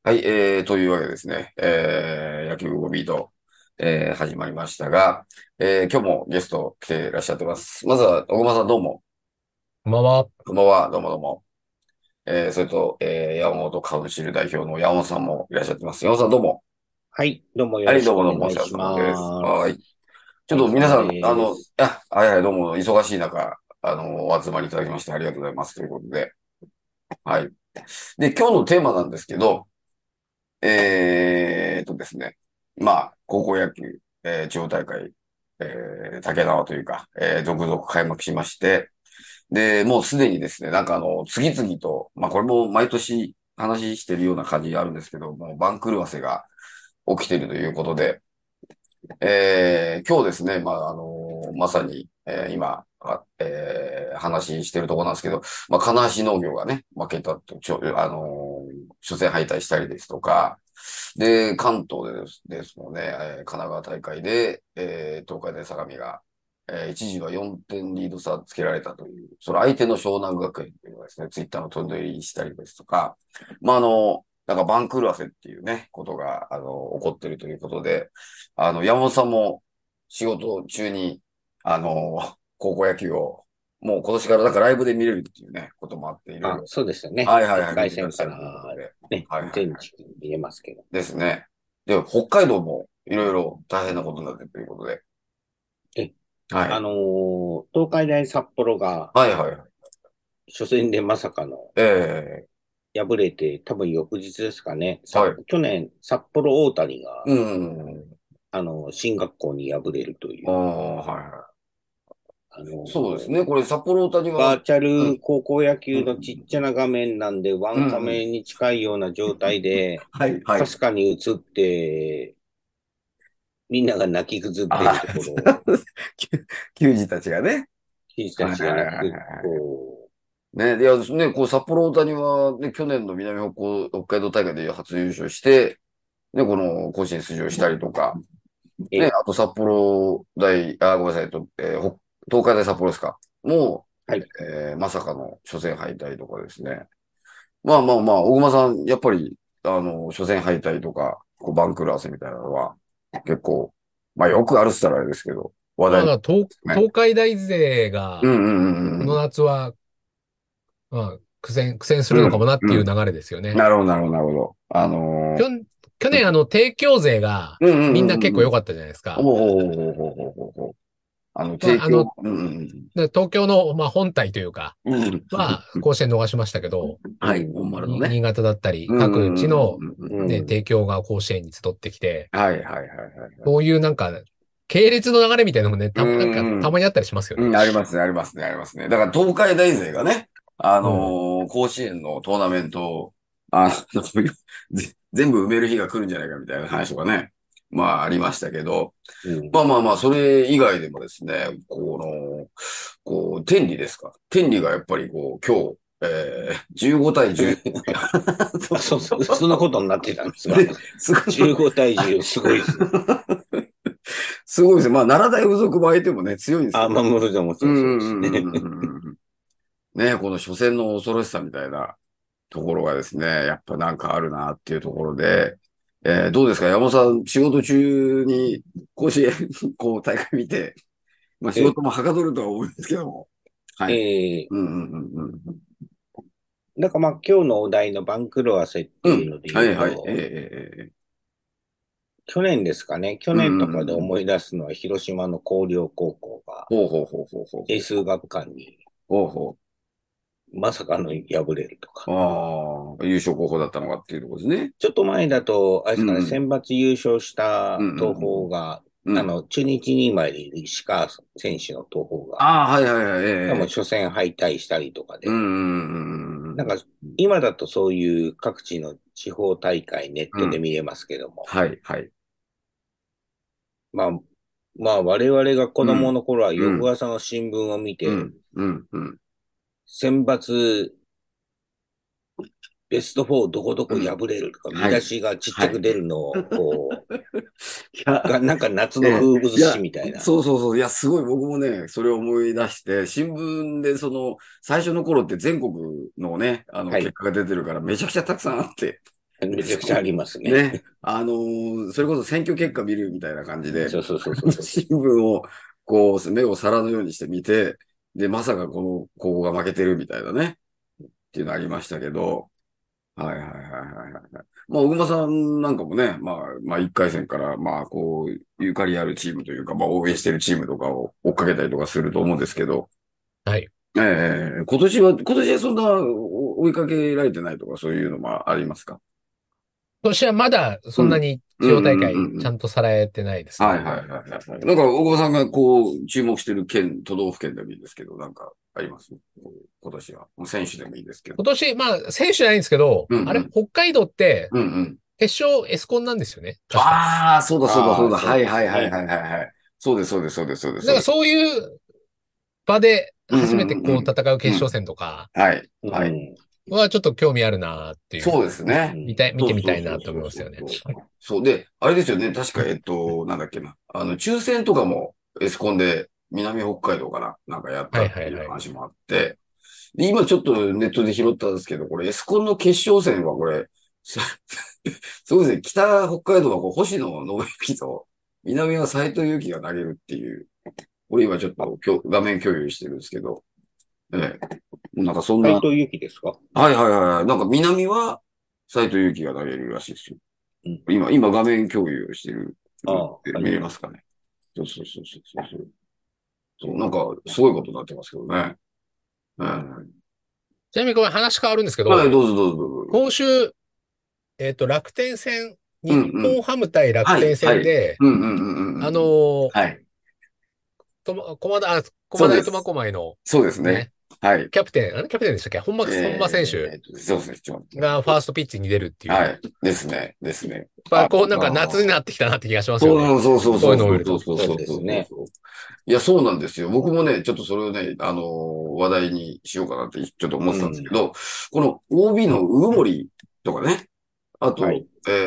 はい、というわけでですね、野球語ビート、始まりましたが、今日もゲスト来ていらっしゃってます。まずは、小熊さんどうも。 こんばんは。 こんばんは、どうもどうも。それと、山本カウンシル代表の山本さんもいらっしゃってます。山本さんどうも。 はい。どうもよはい、 ろしくおどうもどうも、お世話願いし様です。 ます。 はい。ちょっお疲れ様と皆さん、 です。 はいはい、どうも、忙しい中、お集まりいただきましてありがとうございます。ということで、はい。で、今日のテーマなんですけど、ですね。まあ、高校野球、地方大会、竹縄というか、続々開幕しまして、で、もうすでにですね、次々と、まあ、これも毎年話してるような感じがあるんですけども、番狂わせが起きているということで、今日ですね、まさに、話してるところなんですけど、まあ、金橋農業がね、負けたと、初戦敗退したりですとか、で、関東ですもんね、神奈川大会で、東海大相模が、一時は4点リード差つけられたという、その相手の湘南学園というのがですね、ツイッターのトレンド入りしたりですとか、まあ、なんか番狂わせっていうね、ことが、起こっているということで、山本さんも仕事中に、高校野球を、もう今年からなんかライブで見れるっていうね、こともあって、いろいあ、 ろ、 そうですよね。1 はいはいはい、見回戦かてらっしゃるということらで、 ね、 はいはいはい。 全地区見れますけど。 ですね。で、北海道もいろいろ大変なことになってるということで、 え、 はい。 東海大札幌がはいはいはい。 初戦でまさかのえ敗れて、多分翌日ですかね。 はい。 去年、札幌大谷が、 うん。 進学校に敗れるとああ、 いう、 はいはい。 あのそうですね。これ、札幌大谷は、 バーチャルうん、 高校野うん、 球のちっちゃな画面なんで、ワうん、うん。 ンカメに近いような状態で、 はい、はい。 かすかに映って、みんなが泣き崩ってああ、 るところを、 球児たちがね。 選手たはいちが泣き崩、 はいはいはい。 こね、いや、ね、こう、札幌大谷は、ね、去年の北海道大会で初優勝して、ね、この甲子園出場したりとか、 う、 ね、あと札幌大、あ、ごめんなさい、東海大札幌ですか。もはい。 う、まさかの初戦敗退とかですね。まあまあまあ、小熊さん、やっぱり、初戦敗退とか、こう、番狂わせみたいなのは、結構、まあよくあるって言ったらあれですけど、話まあ、 題になりますね。 東海大勢が、 うんうんこのうん夏は、まあ、苦戦するうん。 のかもなっうんうん。 ていう流れですよね。 なるほど、なるほど、なるほど。 去、去年、帝京勢が、 うんうんみんなうんうんうん。 結構良かったじゃないですか。 おおほうほうほうほうほう。 まあ、 提供、うんうん東京の、まあ、本体というか、 うん。うん。 は、甲子園逃しましたけど、 はい、本丸のね。 新潟だったり、 うんう各地の、 んうんうんうん。 ね、 うん。 帝京が甲子園に集ってきて、 はいはいはいはいはい。 そういうなんか、系列の流れみたいなのもね、 うなんか、 んうん。 たまにあったりしますよね。 うん、ありますね、ありますね、ありますね。だから東海大勢がね、 うん。 甲子園のトーナメントを、全部埋める日が来るんじゃないかみたいな話とかね。まあ、ありましたけど、 うん。 まあまあまあ、それ以外でもですね、天理ですか。天理がやっぱり今日、15対10。そうあ、 そうそう。 そんなことになってたんですが、 で、すごい、 15対10、すごいですね。 すごいですね。まあ、奈良大附属も相手もね、強いんですけあ、 ど。 まあ、もちうんろんそうですね。 うんうんうんうんうん。ね、この初戦の恐ろしさみたいなところがですね、やっぱなんかあるなっていうところで、どうですか山本さん、仕事中に甲子園、大会見て、まあ仕え、 事もはかどるとは思うんですけども。はい。 えうんうんうんうん。 なんかまあ、今日のお題の番狂わせってうん。 いうので言うはいはい。 と、 え。 去年ですかね。去うん年とうんうんうん。 かで思い出すのは、広島の広陵高校が、 ほうほうほうほうほうほう。 英数学館にほうほまさかの敗れるとか。 う。ああ、優勝候補だったのかっていうところですね。 ちょっと前だと、あれですかね、 うんうん。 選抜優勝したうんうん東うん邦が、 うん。うん。 中日に今いる石川選手の東邦が、 ああ、はいはいはい。 も初戦敗退したりとかうんで、 うんうんなんか、 うんうん。 今だとそういう各地の地方大会ネッうん。 トで見れますけども、 はいはい。 まあ、まあ我々が子うん。 供の頃はうん。 翌朝の新聞を見て、 うん、うん、うん、 選抜ベスト4どこどこうん。 破れるとか見はい、 出しがちっちはい。 ゃく出るのを、 いや、 なんか夏の風物いや、 詩みたいな。 そうそうそう。いや、すごい僕もね、それを思い出して、新聞で最初の頃って全国のね、結はい。 果が出てるからめちゃくちゃたくさんあって。 めちゃくちゃありますね。 ね。それこそ選挙結果見るみたいな感じで、 そうそうそうそう。 新聞を、こう、目を皿のようにして見て、で、まさかここが負けてるみたいなね、っていうのありましたけど、はいはいはいはいはい。まあ、小熊さんなんかもね、まあ、一回戦から、まあ、こう、ゆかりあるチームというか、まあ、応援してるチームとかを追っかけたりとかすると思うんですけど、 はい。 今年はそんな追いかけられてないとか、そういうのもありますか？ 今年はまだそうん。 んなに地方大うんうんうんうん。 会ちゃんとされてないですね。 はいはいはいはいはい。なんか、大久保さんがこう、注目してる都道府県でもいいですけど、なんかあります今年は。もう選手でもいいですけど。 今年、まあ、選手じゃないんですけど、あれ、 うんうん。 北海道ってうんうん。 決勝エスコンなんですよね。確か。 ああ、そうだそうだそああ、 うだ。 そうはいですね。 はいはいはいはいはい。そうですそうですそうですそうですなんかそうです。 そういう場でうん初めてうんうんこう戦ううん。 決勝うん。 戦とかはいうはい。 ん。 はちょっと興味あるなっていう、 そうですね。 見てみそうそうそうたいなとそうそう思いますよね。 そう。そうで、あれですよね。確か、なんだっけな。抽選とかもエスコンで南北海道かな。なんかやっはたっていういはいはい。 話もあって、で今ちょっとネットで拾ったんですけど、これエスコンの決勝戦はこれ、そうですね。北北海道はこう星野信之と、南は斎藤佑樹が投げるっていう、これ今ちょっと画面共有してるんですけど、えなんかそんな、 斎藤由貴ですか？ はいはいはい。なんか南は斎藤佑樹が投げるらしいですよ。 うん。 今画面共有をしてるのああ、 で見はい。 れますかね。そうそうそうそうそう。そう、なんかすごいことになってますけどね。 ちなみにこれ話変わるんですけはい、 ど、 どうぞどうぞどうぞ。 今週、楽天戦、日うんうん。 本ハム対楽はい、 天はい。 戦で、 うんうんうんうんあのうん。 ー、 はい。 駒大苫そうです。 小牧のそうですね。 ね、 はい。 キャプテンでしたっけ本間選手そうですね。ちょっと待ってね。 がファーストピッチに出るっていう。 はい。ですね。ですね。 まあ、こうなんか夏になってきたなって気がしますよね。 そうそうこういそうそううのを見ると。 そうそうそうそうそうそうですね。 そう。いや、そうなんですよ。僕もね、ちょっとそれをね、話題にしようかなってちょっと思ってたんですけうん。 ど、この OB の鵜森とかね、あと、 はい。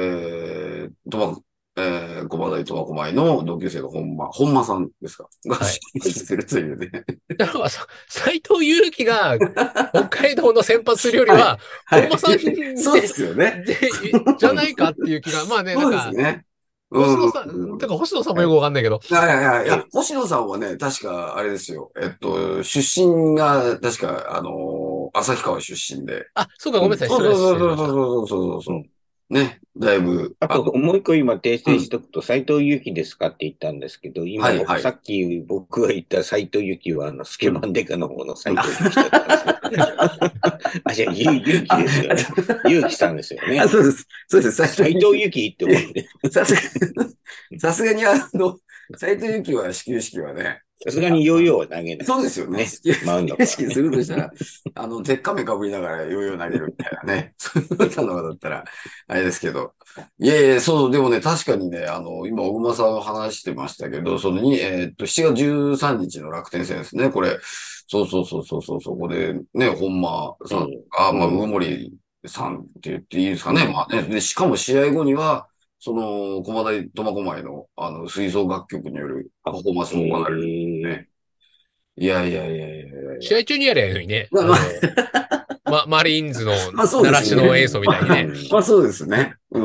駒大苫小牧の同級生の本間さんですかがはい。 指揮するというね。 だから斎藤佑樹が北海道の先発するよりはい。 は、 はい。 本間さんそうですよね。 じゃないかっていう気が、まあね、なんそうですか、 ね。うん。 星野さん、てか星野さんもよくわかんないけど、 いやいやいや、いや、 ええ。 星野さんはね、確か、あれですよ。出身が、確か、旭川出身で。 あ、そうか、ごうん。 めんなさい、 そう失礼そうそうしました。 そうそうそうそうん。 う。ね、だいぶ、 あと、もう一個今訂うん。 正しとくと、斎藤由貴ですかって言ったんですけど、今、 はいはい。 さっき僕が言った斎藤由貴は、スケバうん。 ンデカの方の斎藤由貴だったんですよ。あ、じゃあ、ゆうきですよね。ゆうきさんですよね。 そうです。そうです。斉藤斎藤由貴って思って。 さすが、さすがに斉藤由貴は始球式はね、 さすがにヨーヨーは投げないそうですですよね。 よね。マウンド意識すからね。 るとしたら、鉄仮面かぶりながらヨーヨー投げるみたいなね。そういうのだったら、あれですけど。いえいえ、そう、でもね、確かにね、今、小熊さん話してましたけど、7月13日の楽天戦ですね、これ。そうそうそうそうそう、そこでね、本間さん、 うん。 まあ、魚うん。 森さんって言っていいですかね。 うん。 まあね、で、しかも試合後には、駒大苫小牧の、吹奏楽曲によるパあ、 フォーマンスも行われるんですね。 ええ。 いやいやいやいやいやいや。 試合中にやればいいのにね、 まあ、まあ、 マリーンズのまあそうで習すね。 志野演奏みたいにね。 うん。 まあそうですね。うん。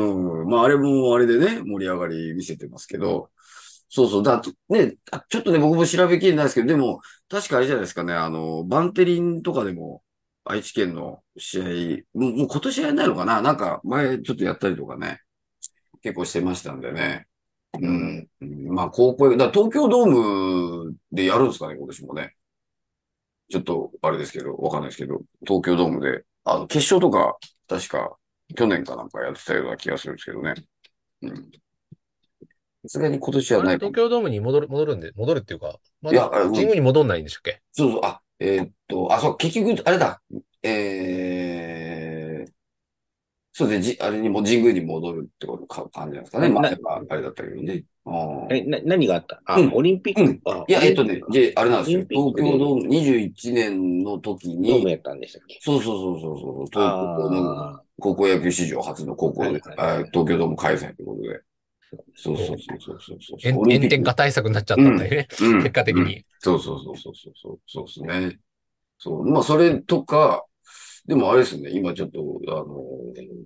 まああれもあれでね、盛り上がり見せてますけど。そうそう。ちょっとね、僕も調べきれないですけど、でも、確かあれじゃないですかね、バンテリンとかでも、愛知県の試合、もう今年やらないのかななんか、前ちょっとやったりとかね、結構してましたんでね。うん。まあ、東京ドームでやるんですかね、今年もね。ちょっと、あれですけど、わかんないですけど、東京ドームで、決勝とか、確か、去年かなんかやってたような気がするんですけどね。うん。さすがに今年はあれ、 ないかも。 東京ドームに戻るっていうか、まいや、 だ神宮に戻んないんでしたっけ？ そうそう、そう、結局、あれだ。そうですね、あれにも神宮に戻るってこと感じなんですかね。 な、な、 前はあれだったけどね。ああ。 何があった？あ、 うん。 オリンピック。 うん。 あ、 いや、あれなんですよ。 オリンピッ東クで京ドーム21年の時に、 ドームやったんでしたっけ？ そうそうそうそうそう、東京のああ高校野球史上初の高ー、は校で、 いはいはい。 東京ドーム開催ということで。 そうですそうそうそう。 そうそうそうそう、オリンピック。 炎天下対策になっちゃっうん、 たんだよね。 う結ん、うん。 果的に。 そうそうそうそうそうそう、そうですね。そう。まあ、それとか、でもあれですね、今ちょっと、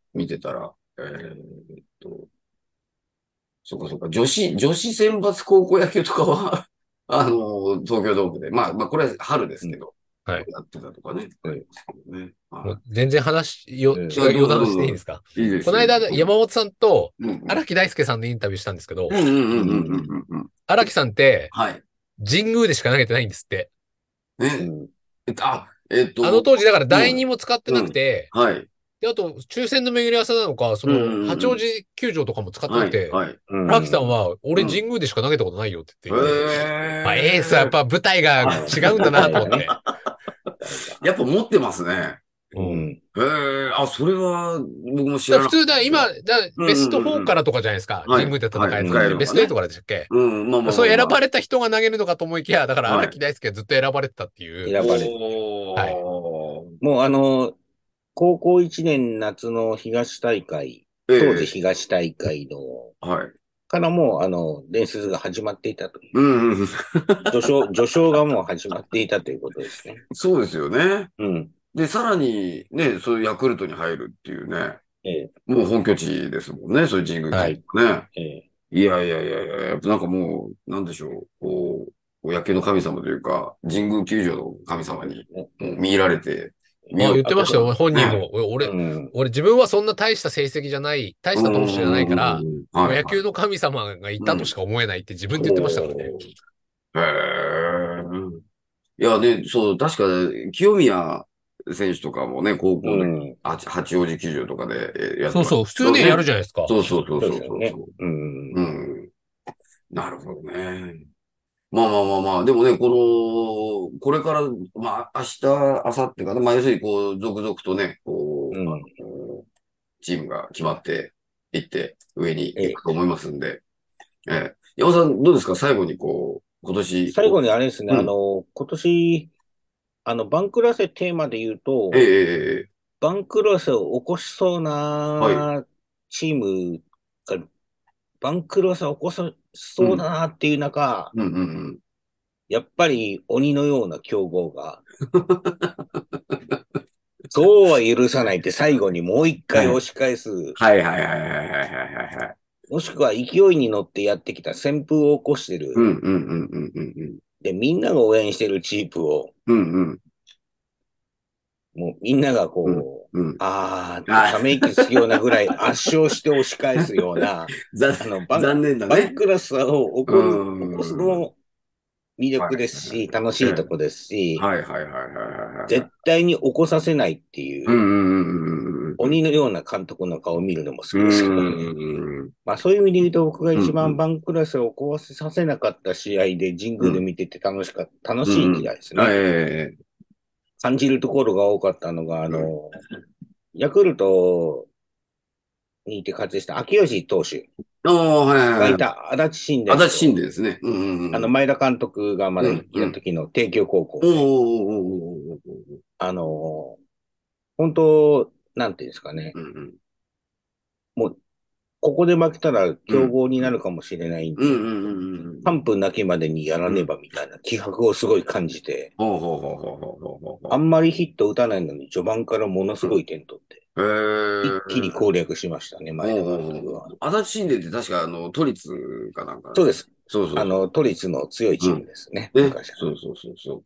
見てたら、と、そうか、女子選抜高校野球とかは、東京ドームで、まあ、これは春ですけど、 はい。 やってたとかね、ありますけどね。 もうは全然うんい。いや、 違う、 どうぞ余談どうぞ。 していいですか？ いいですよ。 この間、山本さんとうんうん。 荒木大輔さんのインタビューしたんですけど、 うんうんうんうんうんうん。 荒木さんってはい。 神宮でしか投げてないんですって。 ね。 あの当時だから第うん。 二も使ってなくうん。 て、 はい。 で、あと抽選の巡り合わせなのか、そうんうのんうんうん。 八王子球場とかも使ってなはい。 くて、 はい。 荒木さんはうん。 俺神宮でしか投げたことないよってへ言っていて、あ、エースはやっえ。 ぱ舞台がはい。 違うんだな舞台がね。 と思って。 舞台が。 やっぱ持ってますね。 うん。 へえ。あ、それは僕も知らなかっだから普通だ、今、 たですよ。 ベスト4 うん。 からとかじゃないですか。 はい。 神宮で戦はい。 えるのって。 使えるのベスト8 がね。 からでしたっけ？ うん。まあまあそう選まあまあ。 ばれた人が投げるのかと思いきや、だから荒はい。 木大輔がずっと選ばれてたっていう。 選ばれて。 はい。 おー。 もう高校1年夏の東大会、 え当時え。 東大会の、 はい。 からもう伝説が始まっていたという。 うんうん。 序章がもう始まっていたということですね。 そうですよね。 うん。 で、さらにね、そういうヤクルトに入るっていうね。 ええ、 もう本拠地ですもんね。そういう神宮球はい。 場ね。 ええ。 いやいやいやいや、やっぱなんかもう、なんでしょう。野球の神様というか、神宮球場の神様にね、 もう見入られて、見あ、 よう言ってましたよ。本人ね。 も。俺、 うん。 俺自分はそんな大した成績じゃない、大うした投手じゃないから、もう野はいはい。 球の神様がいうん。 たとしか思えないって自分で言ってましたからね。 ほう。へえ。いやね、そう、確か、清宮選手とかもね、高う校で、 ん。 八王子球場とかでやってましそうそう。普通ね、やたけどね。 るじゃないですか。 そうでそうすよね。 そう。 うん。 うん。なるほどね。まあ、でもね、これから、まあ、明日、明後日かな、まあ、要するに、続々とね、 うん。 チームが決まっていって、上にええ。 行くと思いますんで、山本さん、どうですか最後に、今年、 最後にあれですね、 うん。 今年、番狂わせテーマで言うええ、 と、 ええ、 番狂わせを起こしそうはい。 なチームが、番狂わせを起こしそうだうん。 なっていう中、 うん、うん、うん。 やっぱり鬼のような強豪が、そうは許さないって最後にもう一回はい。 押し返す、 はいはいはいはいはいはいはい。 もしくは勢いに乗ってやってきた旋風を起こしてる、 うんうんうんうんうんうん。 で、みんなが応援してるチームを、 うんうん。 もうみんながうん。 こう、 うん。 あーってあ、 ため息つくようなぐらい圧勝して押し返すような、 残、残念だね。 バンクラスをう起こすのん。 も魅はい。 力ですし、楽しええ。 いとこですし、 はいはいはいはいはいはい。 絶対に起こさせないっていう、 うんうんうんうんうん鬼のような監督の顔を見るのも好うきですけど、 ん。うん。 まあそういう意味で言うと僕が一番うんうん。 バンクラスを起こさせなかった試合で神宮でうん見てて楽しい時うんうん。あ、 代ですね。 ええ。 感じるところが多かったのが、 はい。 ヤクルトにいて活躍した秋吉投手ああ、はいはいはい。 がいた足立新足立信伝と、 でですね。うんうんうん。 前田監督がまだいうんうん。 た時の帝京高校おーおーで、 おーおーおーおーおー。 あの、本当、なんていうんですかね、 うんうん。 もう、ここで負けたら強うん豪にうん。 なるかもしれないんで、 うんうんうんうんうん。 3分なきまでにやらうん。 ねばみたいな気迫をすごい感じて、 ほうほうほうほうほうほうほうほあんまりヒット打たないのに序盤からものすう。うん。 ごい点取って、 へ一気にえ。 攻略しましたね、前田監おうおう督は。 おう足立新田って確か都立かなんかです。 そうです。 そうそうそ都立の強いう。 チームうん。 ですね、 ね。 昔は。 そうそうそうそう。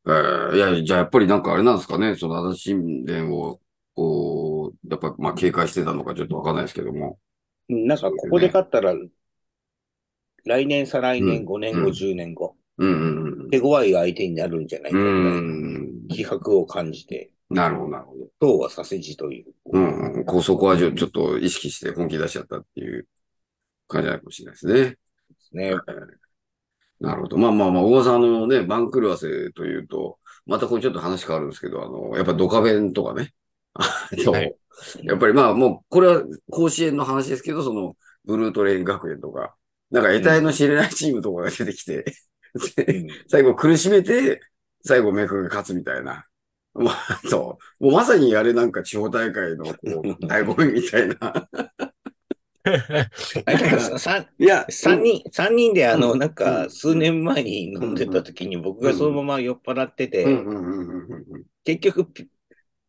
いや、じゃあやっぱりなんかあれなんですかね。その足立新田を、やっぱまあ警戒してたのかちょっとわかんないですけども。 なんかここでそういうね。 勝ったら、来年、再来年、 うん。 5年後、 うん。 10年後、 うんうん手強い相手になるんじゃないうん。 かぐらいのうん。 気迫を感じて、 なるほど、なるほど。 そうはさせじという。 うんうん。そこはちょっと意識して本気出しちゃったっていう感じなのかもしれないですね。 ね。 なるほど。まあまあまあ、大川さんのね、番狂わせというと、またこれちょっと話変わるんですけど、やっぱドカベンとかね。 はい。 やっぱりまあもう、これは甲子園の話ですけど、ブルートレイン学園とか、なんか得体のうん。 知れないチームとかが出てきて、でうん。 最後苦しめて、最後メクが勝つみたいな。まあ、そう。もうまさにあれなんか地方大会の醍醐味みたいな。 あれ、なんかなんか、いや、 三人でうん、 なんか、 うん、 数年前に飲んでうん、うん、 た時に僕がそのうん、 まま酔っ払ってうん、 て、 うん、うん、うん、 結局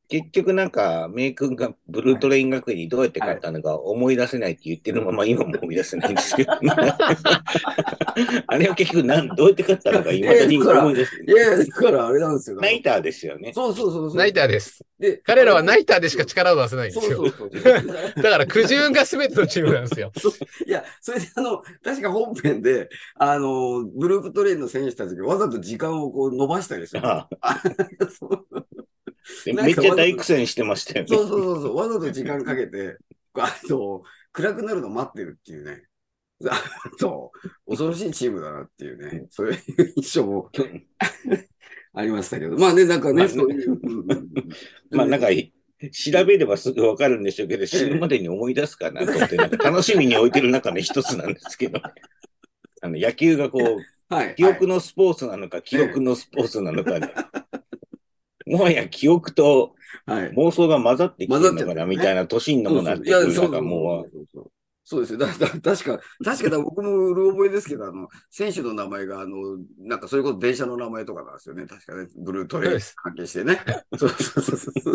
結局なんか、メイ君がブルートレイン学園にどうやって勝ったのか思い出せないって言ってるまま今も思い出せないんですけど、あれは結局どうやって勝ったのか未だに思い出せない。 いやいや、だからあれなんですよ。 ナイターですよね。 そうそうそうそう。 ナイターです。 で、 彼らはナイターでしか力を出せないんですよ。 そうそうそう。 だから、苦渋が全てのチームなんですよ。 いや、それで確か本編で、ブループトレインの選手たちがわざと時間をこう伸ばしたりする。 ああそうめっちゃ大苦戦してましたよね。 そうそうそうそう、わざと時間かけて、暗くなるの待ってるっていうね。恐ろしいチームだなっていうね、そういう印象もありましたけど。まあね、なんかね、 まあそういう。 まあなんか、調べればすぐわかるんでしょうけど、死ぬまでに思い出すかなと思って、なんか楽しみに置いてる中の一つなんですけど、野球がこう、 はい。 記憶のスポーツなのか、記憶のスポーツなのかで、もはや記憶とはい。 妄想が混ざってきてるのかな、 混ざっちゃってるねみたいな年にもなってくいや、 るそう中、もそうですよ。確か僕もうる覚えですけど、選手の名前が、なんかそれこそ電車の名前とかなんですよね。確かね、ブルートレイン関係してね。そうそうそうそう。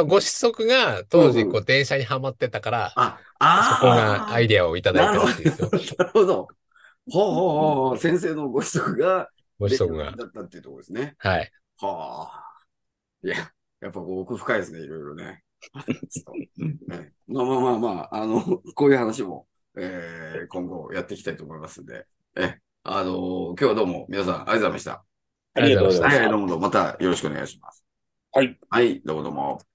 ご子息が当時、こう、電車にはまってたから、そこがアイデアをいただいたらしいですよ。 なるほど。ほうほうほうほう。先生のご子息が、 ご子息が。 だったっていうところですね。 はい。 はあ。いや、やっぱ奥深いですね、いろいろね。まあまあまあまあ、こういう話も、今後やっていきたいと思いますんで、今日はどうも皆さんありがとうございました。 ありがとうございました。 はい、どうもどうもまたよろしくお願いします。 はい。 はい、どうもどうも。